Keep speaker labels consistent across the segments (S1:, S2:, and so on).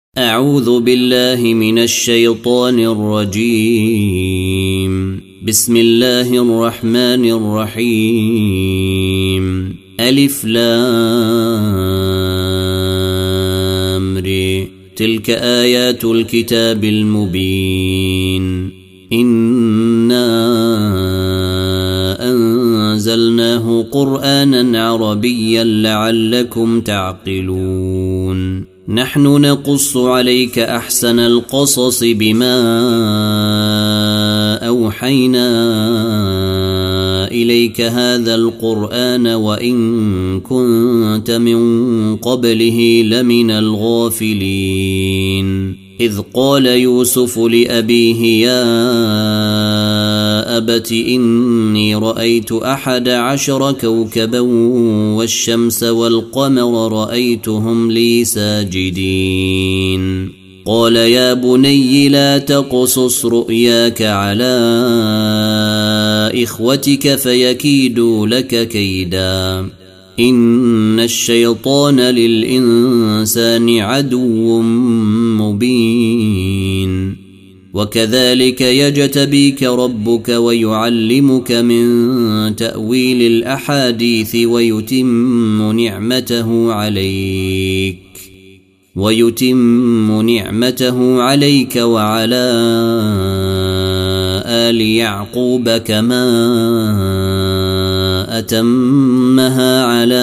S1: أعوذ بالله من الشيطان الرجيم. بسم الله الرحمن الرحيم. ألف لام ر. تلك آيات الكتاب المبين. إنا أنزلناه قرآنا عربيا لعلكم تعقلون. نحن نقص عليك أحسن القصص بما أوحينا إليك هذا القرآن وإن كنت من قبله لمن الغافلين. إذ قال يوسف لأبيه يا أبت إني رأيت 11 كوكبا والشمس والقمر رأيتهم لي ساجدين. قال يا بني لا تقصص رؤياك على إخوتك فيكيدوا لك كيدا. إن الشيطان للإنسان عدو مبين. وكذلك يجتبيك ربك ويعلمك من تأويل الأحاديث ويتم نعمته عليك وعلى آل يعقوب كما أتمها على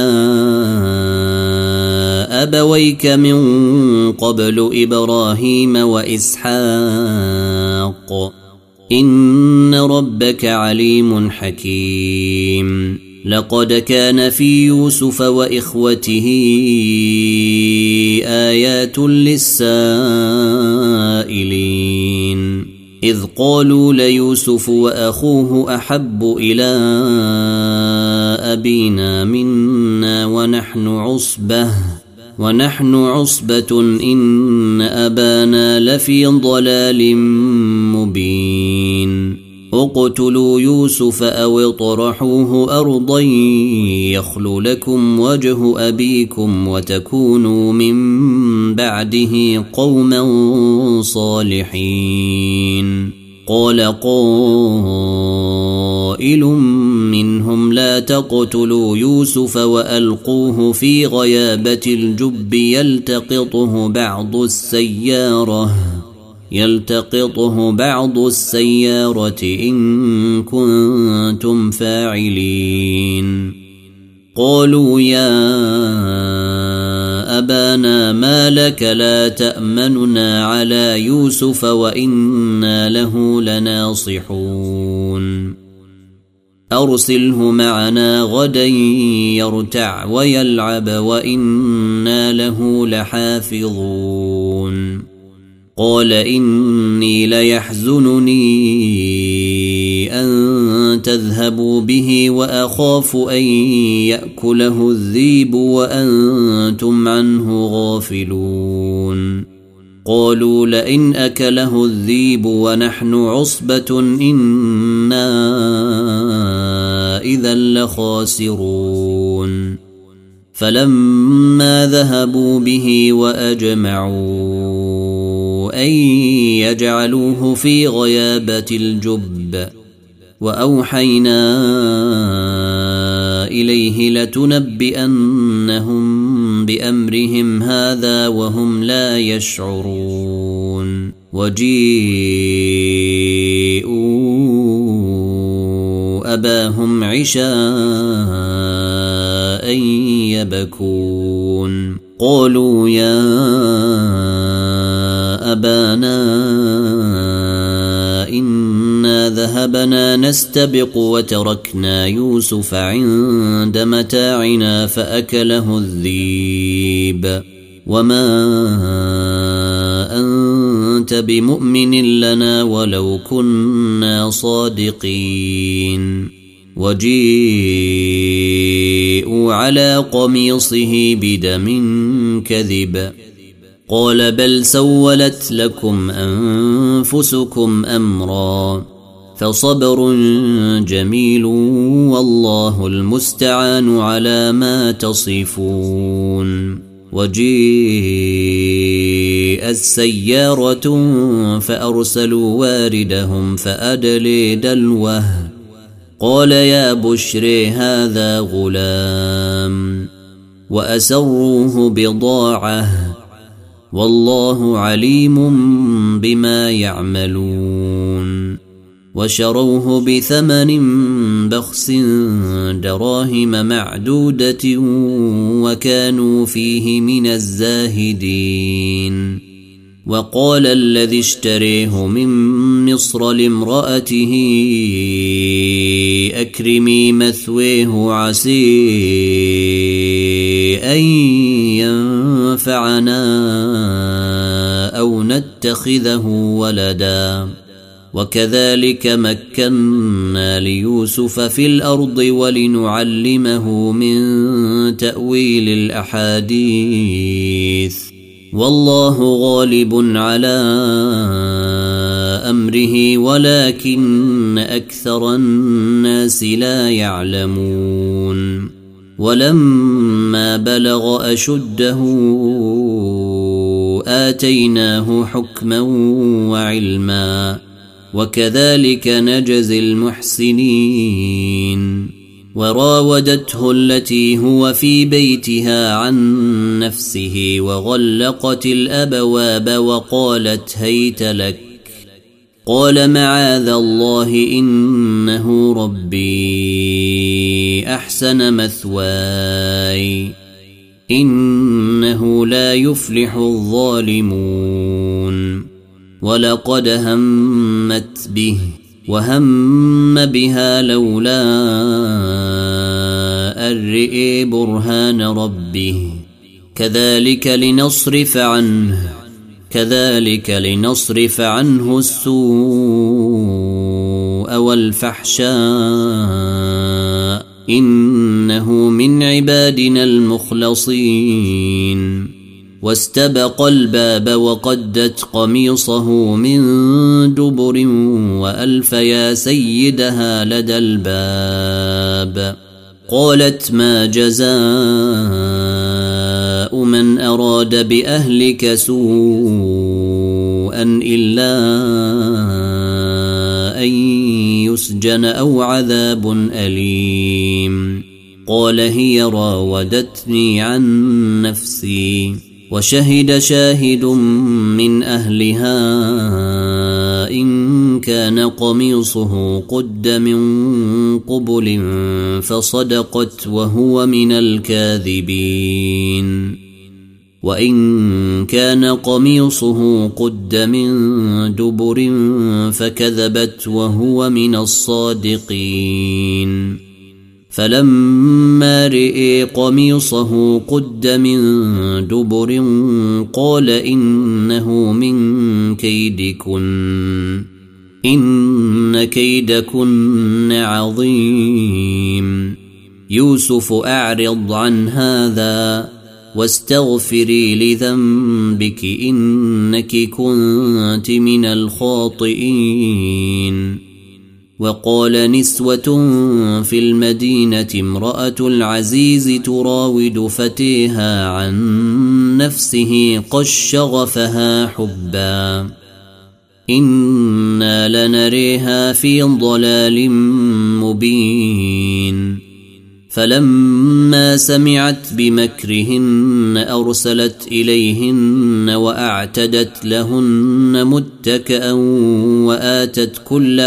S1: أبويك من قبل إبراهيم وإسحاق إن ربك عليم حكيم. لقد كان في يوسف وإخوته آيات للسائلين. إذ قالوا ليوسف وأخوه أحب إلى أبينا منا ونحن عصبة إن أبانا لفي ضلال مبين. اقتلوا يوسف أو اطرحوه أرضا يخل لكم وجه أبيكم وتكونوا من بعده قوما صالحين. قال قائل منهم لا تقتلوا يوسف وألقوه في غيابة الجب يلتقطه بعض السيارة إن كنتم فاعلين. قالوا يا أبانا ما لك لا تأمننا على يوسف وإنا له لناصحون. أرسله معنا غدا يرتع ويلعب وإنا له لحافظون. قال إني ليحزنني أن تذهبوا به وأخاف أن يأكله الذئب وأنتم عنه غافلون. قالوا لئن أكله الذئب ونحن عصبة إنا إذا لخاسرون. فلما ذهبوا به وأجمعوا أن يجعلوه في غيابة الجب وأوحينا إليه لتنبئنهم بأمرهم هذا وهم لا يشعرون. وجيءوا أباهم عشاء يبكون. قالوا يا أبانا إنا ذهبنا نستبق وتركنا يوسف عند متاعنا فأكله الذئب وما أنت بمؤمن لنا ولو كنا صادقين. وجيءوا على قميصه بدم كذب. قال بل سولت لكم أنفسكم أمرا فصبر جميل والله المستعان على ما تصفون. وجيء السيارة فأرسلوا واردهم فأدلي دلوه قال يا بشري هذا غلام وأسروه بضاعة والله عليم بما يعملون وشروه بثمن بخس دراهم معدودة وكانوا فيه من الزاهدين وقال الذي اشتريه من مصر لامرأته أكرمي مثويه عسي أن ينفعنا أو نتخذه ولدا وكذلك مكنا ليوسف في الأرض ولنعلمه من تأويل الأحاديث والله غالب على أمره ولكن أكثر الناس لا يعلمون ولما بلغ أشده آتيناه حكما وعلما وكذلك نجزي المحسنين وراودته التي هو في بيتها عن نفسه وغلقت الأبواب وقالت هيت لك قال معاذ الله إنه ربي أحسن مثواي إنه لا يفلح الظالمون ولقد همت به وهم بها لولا أن رئي برهان ربه كذلك لنصرف عنه السوء والفحشاء إنه من عبادنا المخلصين واستبق الباب وقدت قميصه من دبر وألف يا سيدها لدى الباب قالت ما جزاء من أراد بأهلك سوءا إلا أن يسجن أو عذاب أليم قال هي راودتني عن نفسي وشهد شاهد من أهلها إن كان قميصه قد من قبل فصدقت وهو من الكاذبين وإن كان قميصه قد من دبر فكذبت وهو من الصادقين فلما رئي قميصه قد من دبر قال إنه من كيدكن إن كيدكن عظيم يوسف أعرض عن هذا واستغفري لذنبك إنك كنت من الخاطئين وقال نسوة في المدينة امرأة العزيز تراود فتيها عن نفسه قد شغفها حبا إنا لنريها في ضلال مبين فلما سمعت بمكرهن أرسلت إليهن وأعتدت لهن متكئا وآتت كل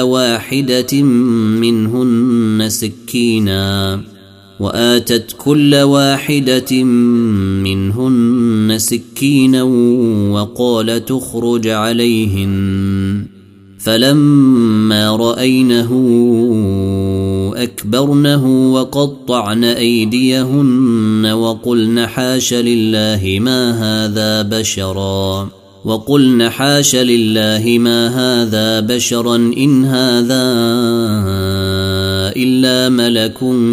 S1: واحدة منهن سكينا وقال تخرج عليهن فلما رأينه أكبرنه وقطعن أيديهن وقلن حاش لله ما هذا بشرا إن هذا إلا ملك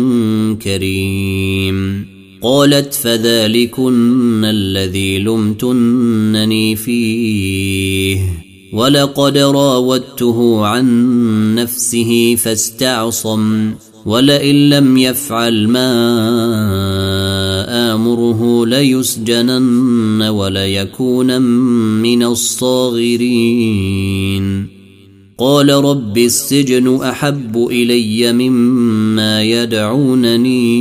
S1: كريم قالت فذلكن الذي لمتنني فيه ولقد راودته عن نفسه فاستعصم ولئن لم يفعل ما لعمره ليسجنن وليكونن من الصاغرين. قال رب السجن أحب إلي مما يدعونني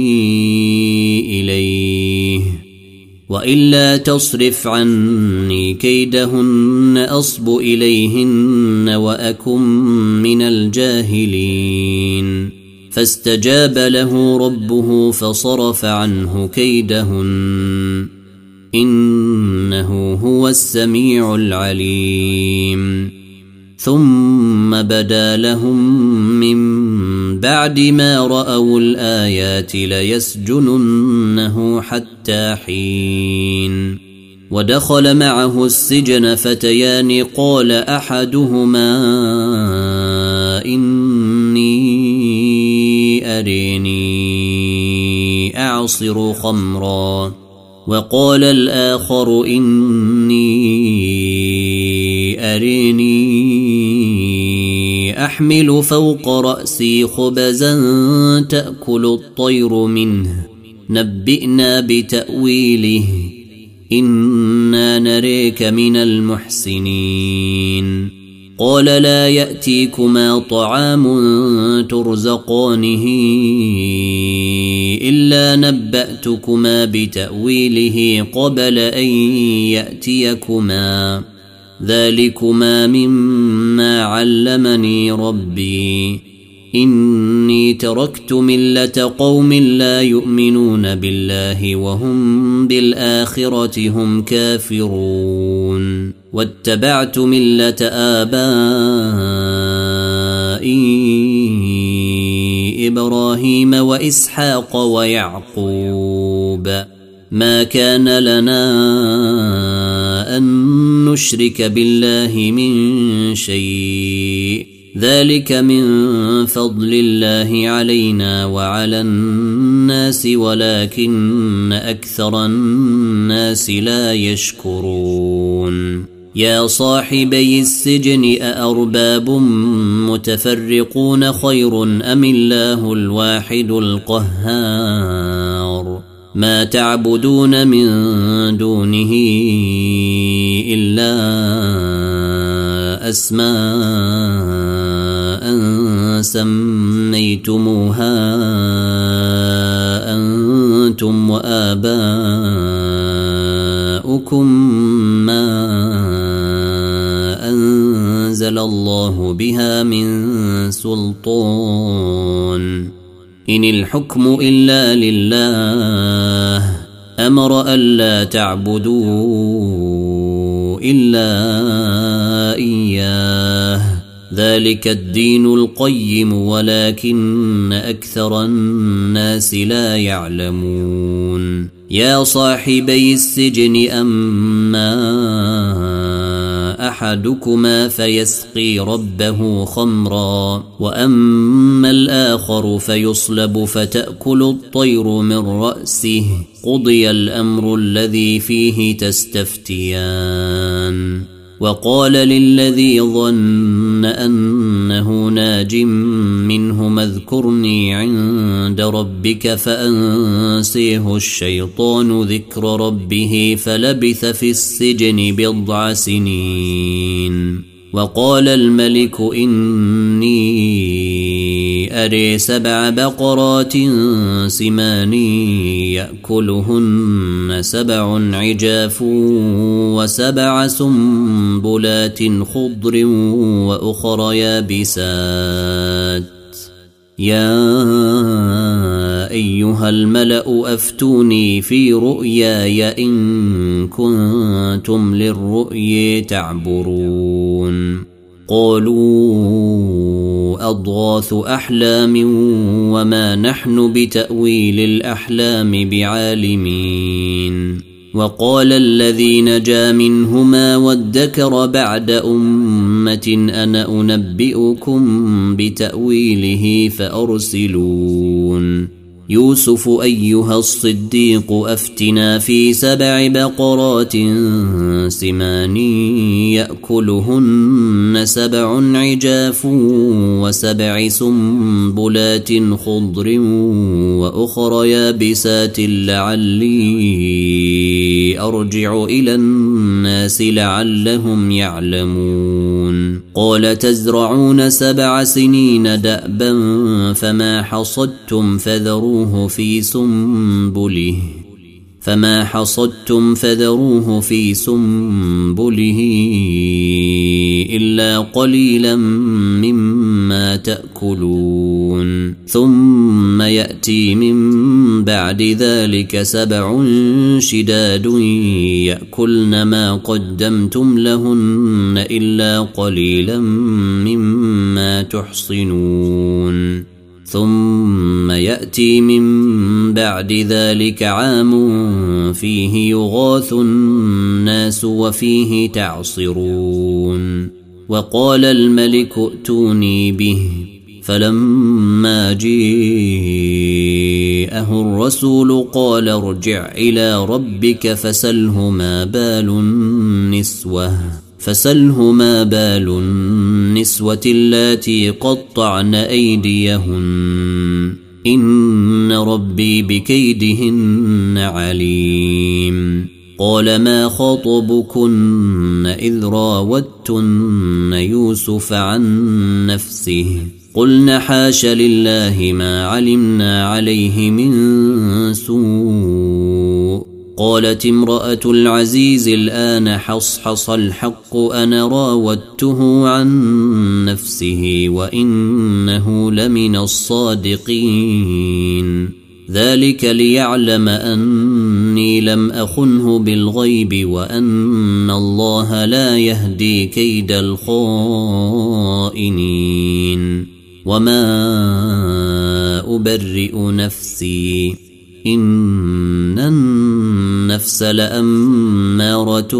S1: إليه وإلا تصرف عني كيدهن أصب إليهن وأكن من الجاهلين. فاستجاب له ربه فصرف عنه كيدهن إنه هو السميع العليم. ثم بدا لهم من بعد ما رأوا الآيات ليسجننه حتى حين. ودخل معه السجن فتيان قال أحدهما إني أريني أعصر خمرا وقال الآخر إني أريني أحمل فوق رأسي خبزا تأكل الطير منه نبئنا بتأويله إنا نريك من المحسنين. قال لا يأتيكما طعام ترزقانه إلا نبأتكما بتأويله قبل أن يأتيكما ذلكما مما علمني ربي إني تركت ملة قوم لا يؤمنون بالله وهم بالآخرة هم كافرون واتبعت ملة آبائي إبراهيم وإسحاق ويعقوب ما كان لنا أن نشرك بالله من شيء ذلك من فضل الله علينا وعلى الناس ولكن أكثر الناس لا يشكرون. يا صاحبي السجن أأرباب متفرقون خير أم الله الواحد القهار ما تعبدون من دونه إلا أسماء سميتموها أنتم وآباؤكم ما أنزل الله بها من سلطان إن الحكم إلا لله أمر ألا تعبدوا إلا إياه ذلك الدين القيم ولكن أكثر الناس لا يعلمون. يا صاحبي السجن أما أحدكما فيسقي ربه خمرا وأما الآخر فيصلب فتأكل الطير من رأسه قضي الأمر الذي فيه تستفتيان. وقال للذي ظن أنه ناج منهما اذكرني عند ربك فأنسيه الشيطان ذكر ربه فلبث في السجن بضع سنين. وقال الملك إني أري 7 بقرات سمان يأكلهن 7 عجاف و7 سنبلات خضر وأخر يابسات يا أيها الملأ أفتوني في رؤياي إن كنتم للرؤي تعبرون. قالوا أضغاث أحلام وما نحن بتأويل الأحلام بعالمين. وقال الذي نجا منهما وادكر بعد أمة أنا أنبئكم بتأويله فأرسلون. يوسف أيها الصديق أفتنا في 7 بقرات سمان يأكلهن 7 عجاف و7 سنبلات خضر وأخر يابسات لعلي أرجع إلى الناس لعلهم يعلمون قال تزرعون 7 سنين دأبا فما حصدتم فذروه في سنبله إلا قليلا مما تأكلون ثم يأتي من بعد ذلك 7 شداد يأكلن ما قدمتم لهن إلا قليلا مما تحصنون ثم يأتي من بعد ذلك عام فيه يغاث الناس وفيه تعصرون وقال الملك ائتوني به فلما جاءه الرسول قال ارجع إلى ربك فسله ما بال النسوة اللاتي قطعن أيديهن إن ربي بكيدهن عليم قال ما خطبكن إذ راوتن يوسف عن نفسه قلن حاش لله ما علمنا عليه من سوء قالت امرأة العزيز الآن حصحص الحق أنا راودته عن نفسه وإنه لمن الصادقين ذلك ليعلم أني لم أخنه بالغيب وأن الله لا يهدي كيد الخائنين وما أبرئ نفسي إن النفس لأمارة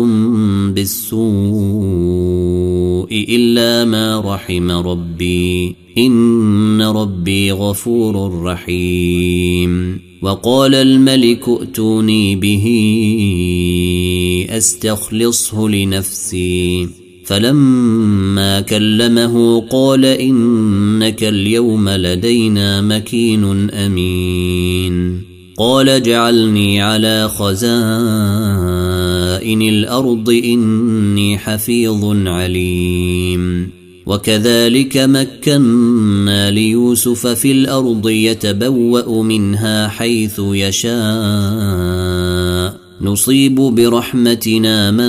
S1: بالسوء إلا ما رحم ربي إن ربي غفور رحيم وقال الملك ائتوني به أستخلصه لنفسي فلما كلمه قال إنك اليوم لدينا مكين أمين قال اجعلني على خزائن الأرض إني حفيظ عليم وكذلك مكنا ليوسف في الأرض يتبوأ منها حيث يشاء نصيب برحمتنا من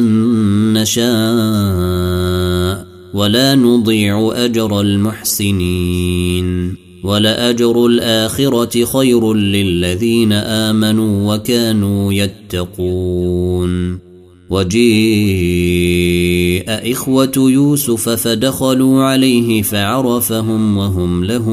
S1: نشاء ولا نضيع أجر المحسنين ولأجر الآخرة خير للذين آمنوا وكانوا يتقون وجيء إخوة يوسف فدخلوا عليه فعرفهم وهم له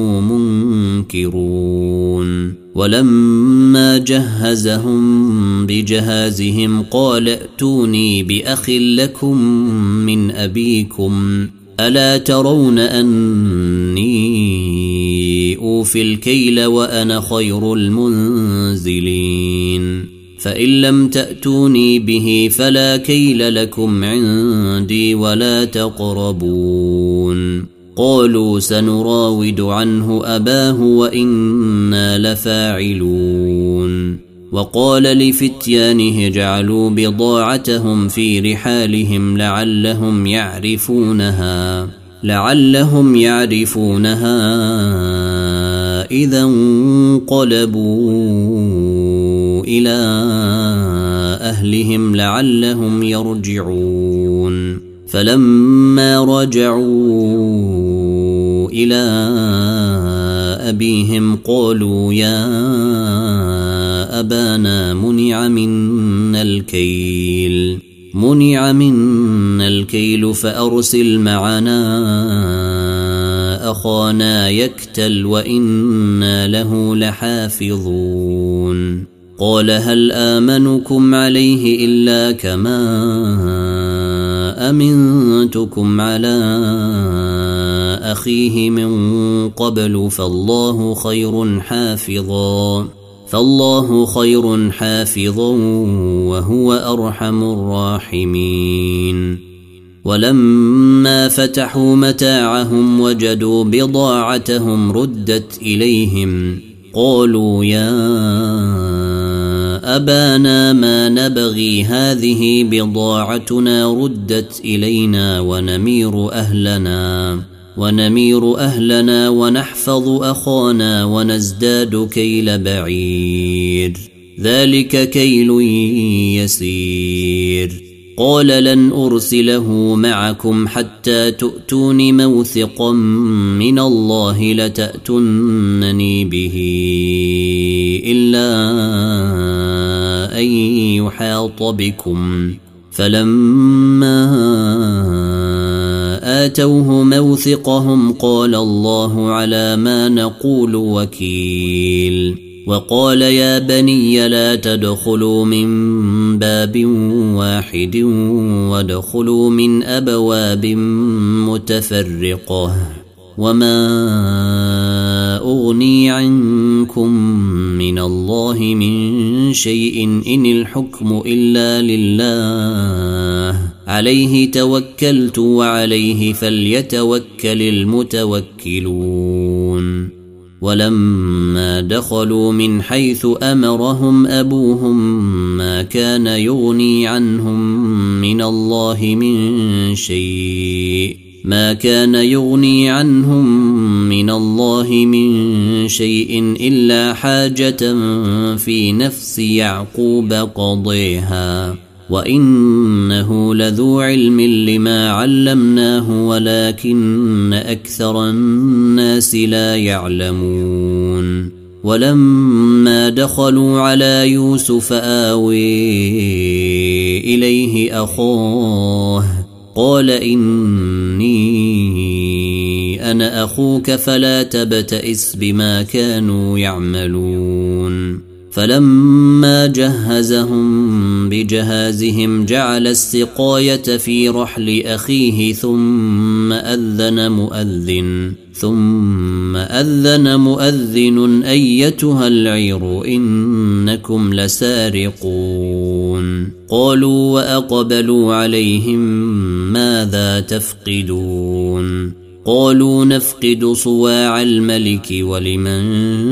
S1: منكرون ولما جهزهم بجهازهم قال ائتوني بأخ لكم من أبيكم ألا ترون أني أوفي الكيل وأنا خير المنزلين فإن لم تأتوني به فلا كيل لكم عندي ولا تقربون قالوا سنراود عنه أباه وإنا لفاعلون وقال لفتيانه اجعلوا بضاعتهم في رحالهم لعلهم يعرفونها إذا انقلبوا إلى أهلهم لعلهم يرجعون فلما رجعوا إلى أبيهم قالوا يا أبانا منع منا الكيل فأرسل معنا أخانا يكتل وإنا له لحافظون قال هل آمنكم عليه إلا كما أمنتكم على أخيه من قبل فالله خير حافظا فالله خير حافظا وهو أرحم الراحمين. ولما فتحوا متاعهم وجدوا بضاعتهم ردت إليهم قالوا يا أبانا ما نبغي هذه بضاعتنا ردت إلينا ونمير أهلنا ونحفظ أخانا ونزداد كيل بعير ذلك كيل يسير. قال لن أرسله معكم حتى تؤتون موثقا من الله لتأتونني به إلا أن يحاط بكم. فلما آتوه موثقهم قال الله على ما نقول وكيل. وقال يا بني لا تدخلوا من باب واحد وادخلوا من أبواب متفرقة وما أغني عنكم من الله من شيء إن الحكم إلا لله عليه توكلت وعليه فليتوكل المتوكلون. ولما دخلوا من حيث أمرهم أبوهم ما كان يغني عنهم من الله من شيء إلا حاجة في نفس يعقوب قضيها وإنه لذو علم لما علمناه ولكن أكثر الناس لا يعلمون. ولما دخلوا على يوسف آوي إليه أخاه قال إني أنا أخوك فلا تبتئس بما كانوا يعملون. فلما جهزهم بجهازهم جعل السقاية في رحل أخيه ثم أذن مؤذن أيتها العير إنكم لسارقون. قالوا وأقبلوا عليهم ماذا تفقدون؟ قالوا نفقد صواع الملك ولمن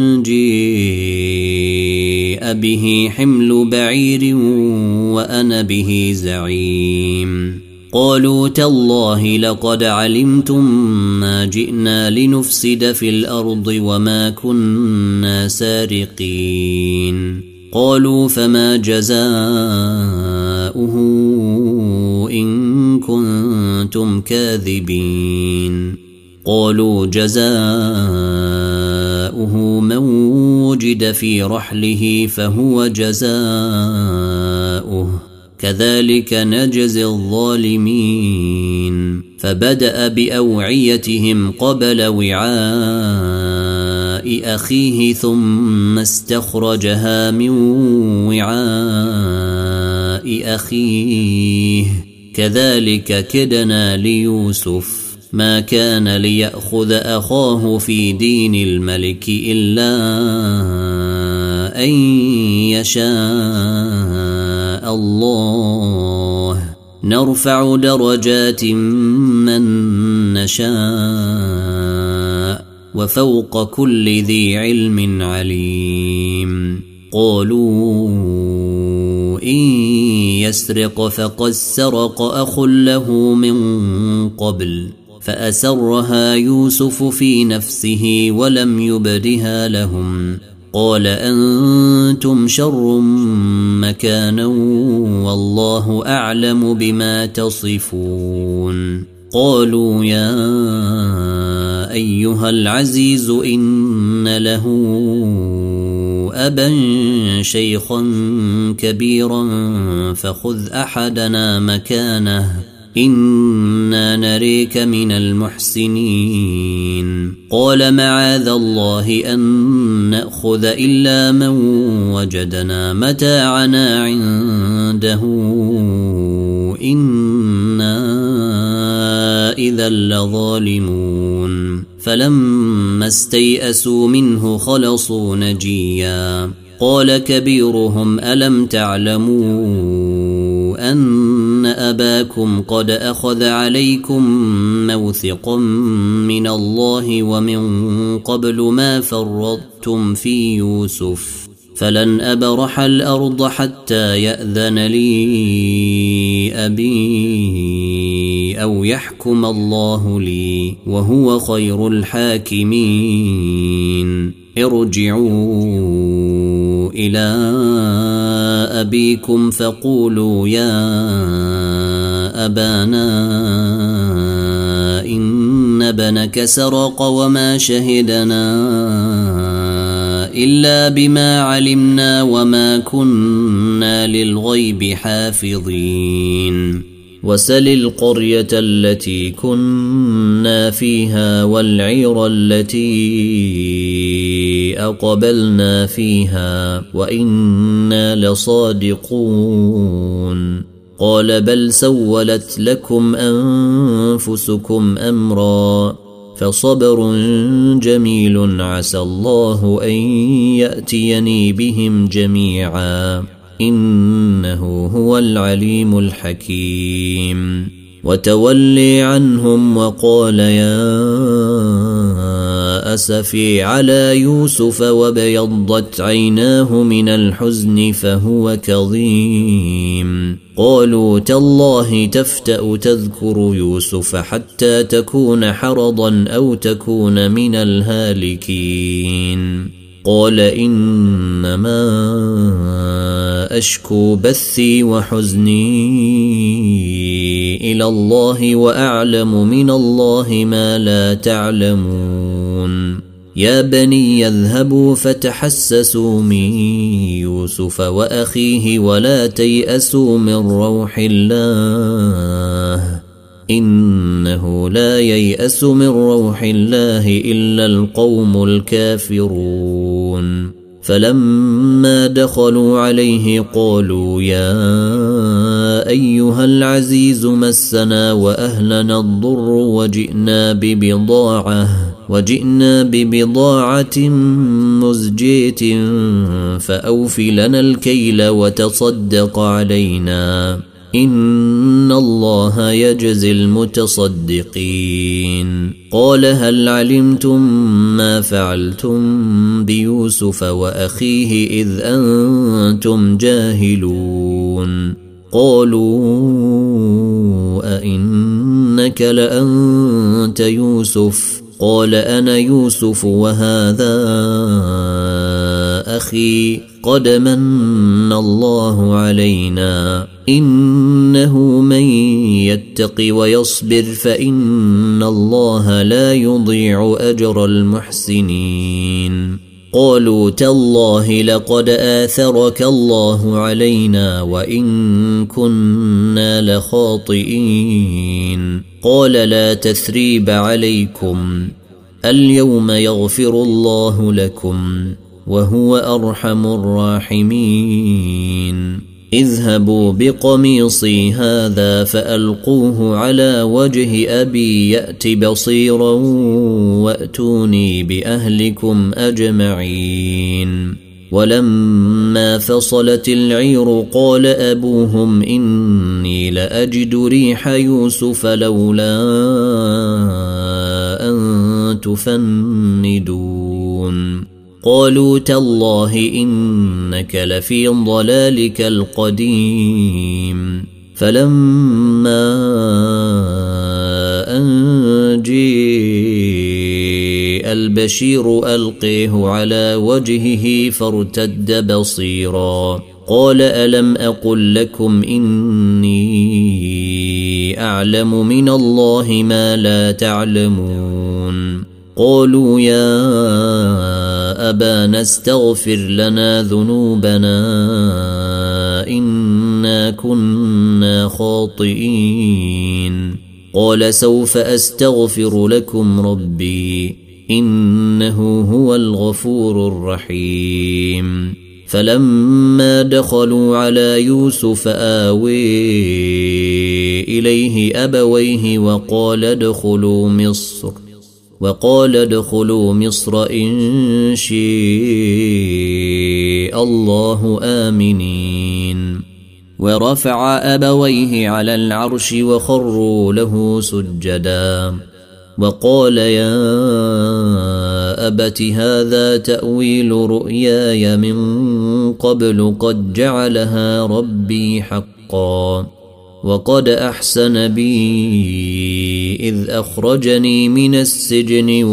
S1: جيء به حمل بعير وأنا به زعيم. قالوا تالله لقد علمتم ما جئنا لنفسد في الأرض وما كنا سارقين. قالوا فما جزاؤه إن كنتم كاذبين؟ قالوا جزاؤه من وجد في رحله فهو جزاؤه كذلك نجزي الظالمين. فبدأ بأوعيتهم قبل وعاء أخيه ثم استخرجها من وعاء أخيه كذلك كدنا ليوسف ما كان ليأخذ أخاه في دين الملك إلا أن يشاء الله نرفع درجات من نشاء وفوق كل ذي علم عليم. قالوا إن يسرق فقد سرق أخ له من قبل فأسرها يوسف في نفسه ولم يبدها لهم. قال أنتم شر مكانا والله أعلم بما تصفون. قالوا يا أيها العزيز إن له أبا شيخا كبيرا فخذ أحدنا مكانه إنا نريك من المحسنين. قال معاذ الله أن نأخذ إلا من وجدنا متاعنا عنده إنا إذا لظالمون. فلما استيئسوا منه خلصوا نجيا قال كبيرهم ألم تعلموا أن أباكم قد أخذ عليكم موثقا من الله ومن قبل ما فرطتم في يوسف فلن أبرح الأرض حتى يأذن لي أبي أو يحكم الله لي وهو خير الحاكمين ارجعوا إلى أبيكم فقولوا يا أبانا إن ابنك سرق وما شهدنا إلا بما علمنا وما كنا للغيب حافظين وسل القرية التي كنا فيها والعير التي أقبلنا فيها وإنا لصادقون قال بل سولت لكم أنفسكم أمرا فصبر جميل عسى الله أن يأتيني بهم جميعا إنه هو العليم الحكيم وتولي عنهم وقال يا أسفي على يوسف وابيضت عيناه من الحزن فهو كظيم قالوا تالله تفتأ تذكر يوسف حتى تكون حرضا أو تكون من الهالكين قال إنما أشكو بثي وحزني إلى الله وأعلم من الله ما لا تعلمون يا بني اذهبوا فتحسسوا من يوسف وأخيه ولا تيأسوا من روح الله إنه لا ييأس من روح الله إلا القوم الكافرون فلما دخلوا عليه قالوا يا أيها العزيز مسنا وأهلنا الضر وجئنا ببضاعة مزجية فأوف لنا الكيل وتصدق علينا إن الله يجزي المتصدقين قال هل علمتم ما فعلتم بيوسف وأخيه إذ أنتم جاهلون قالوا أئنك لأنت يوسف قال أنا يوسف وهذا أخي قد من الله علينا إنه من يتق ويصبر فإن الله لا يضيع أجر المحسنين قالوا تالله لقد آثرك الله علينا وإن كنا لخاطئين قال لا تثريب عليكم اليوم يغفر الله لكم وهو أرحم الراحمين اذهبوا بقميصي هذا فألقوه على وجه أبي يأت بصيرا وأتوني بأهلكم أجمعين ولما فصلت العير قال أبوهم إني لأجد ريح يوسف لولا أن تفندون قالوا تالله إنك لفي ضلالك القديم فلما أن جيء البشير ألقيه على وجهه فارتد بصيرا قال ألم أقل لكم إني أعلم من الله ما لا تعلمون قالوا يا أبانا استغفر لنا ذنوبنا إنا كنا خاطئين قال سوف أستغفر لكم ربي إنه هو الغفور الرحيم فلما دخلوا على يوسف آوي إليه أبويه وقال ادخلوا مصر وقال ادخلوا مصر إن شاء الله آمنين ورفع أبويه على العرش وخروا له سجدا وقال يا أبت هذا تأويل رؤياي من قبل قد جعلها ربي حقا وقد أحسن بي إذ أخرجني من السجن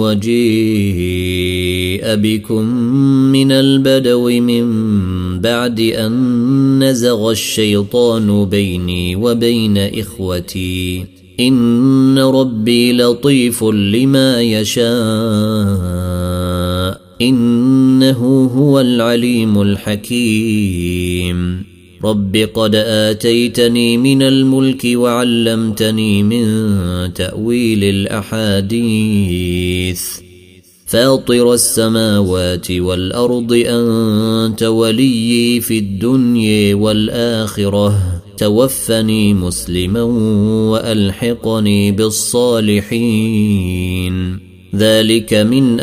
S1: وجيء بكم من البدو من بعد أن نزغ الشيطان بيني وبين إخوتي إن ربي لطيف لما يشاء إنه هو العليم الحكيم رب قد آتيتني من الملك وعلمتني من تأويل الأحاديث فاطر السماوات والأرض أنت وليي في الدنيا والآخرة توفني مسلما وألحقني بالصالحين ذلك من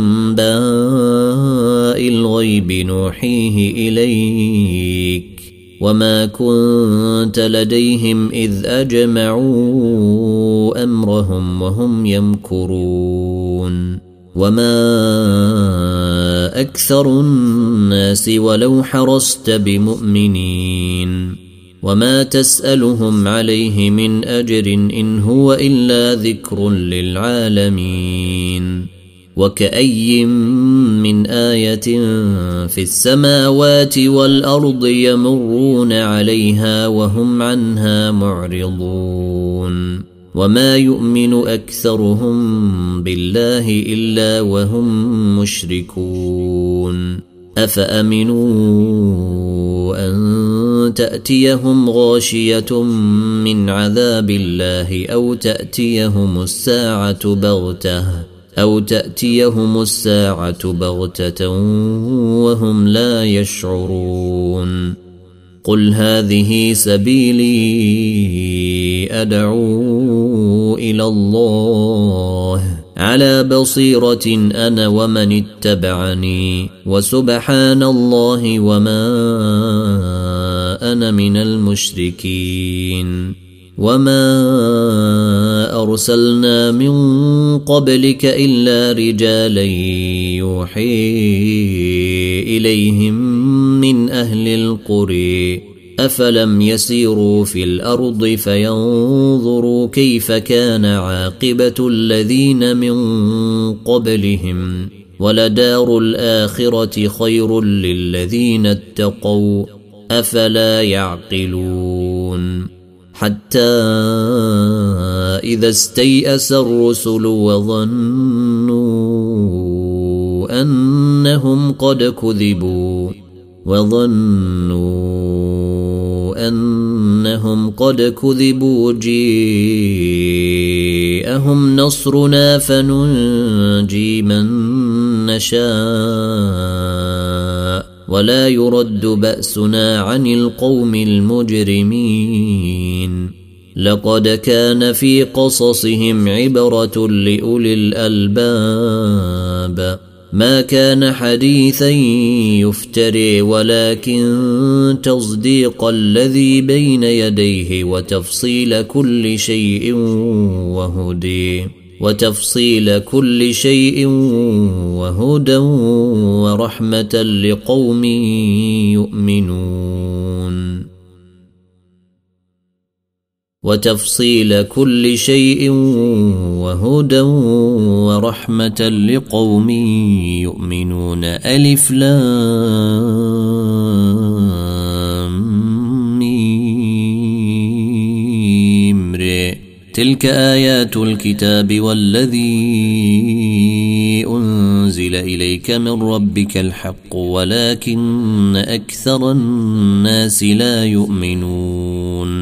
S1: أنباء الغيب نوحيه إليك وما كنت لديهم إذ أجمعوا أمرهم وهم يمكرون وما أكثر الناس ولو حرصت بمؤمنين وما تسألهم عليه من أجر إن هو إلا ذكر للعالمين وكأي من آية في السماوات والأرض يمرون عليها وهم عنها معرضون وما يؤمن أكثرهم بالله إلا وهم مشركون أفأمنوا أن تأتيهم غاشية من عذاب الله أو تأتيهم الساعة بغتة وهم لا يشعرون قل هذه سبيلي أدعو إلى الله على بصيرة أنا ومن اتبعني وسبحان الله وما أنا من المشركين وما أرسلنا من قبلك إلا رجالا يوحي إليهم من أهل القرى أفلم يسيروا في الأرض فينظروا كيف كان عاقبة الذين من قبلهم ولدار الآخرة خير للذين اتقوا أفلا يعقلون حتى إذا استيأس الرسل وظنوا أنهم قد كذبوا جاءهم نصرنا فننجي من نشاء ولا يرد بأسنا عن القوم المجرمين لقد كان في قصصهم عبرة لأولي الألباب ما كان حديثا يفتري ولكن تصديق الذي بين يديه وتفصيل كل شيء وهدى ورحمة لقوم يؤمنون وتفصيل كل شيء وهدى ورحمة لقوم يؤمنون ألف لام ميم ر تلك آيات الكتاب والذي أنزل إليك من ربك الحق ولكن أكثر الناس لا يؤمنون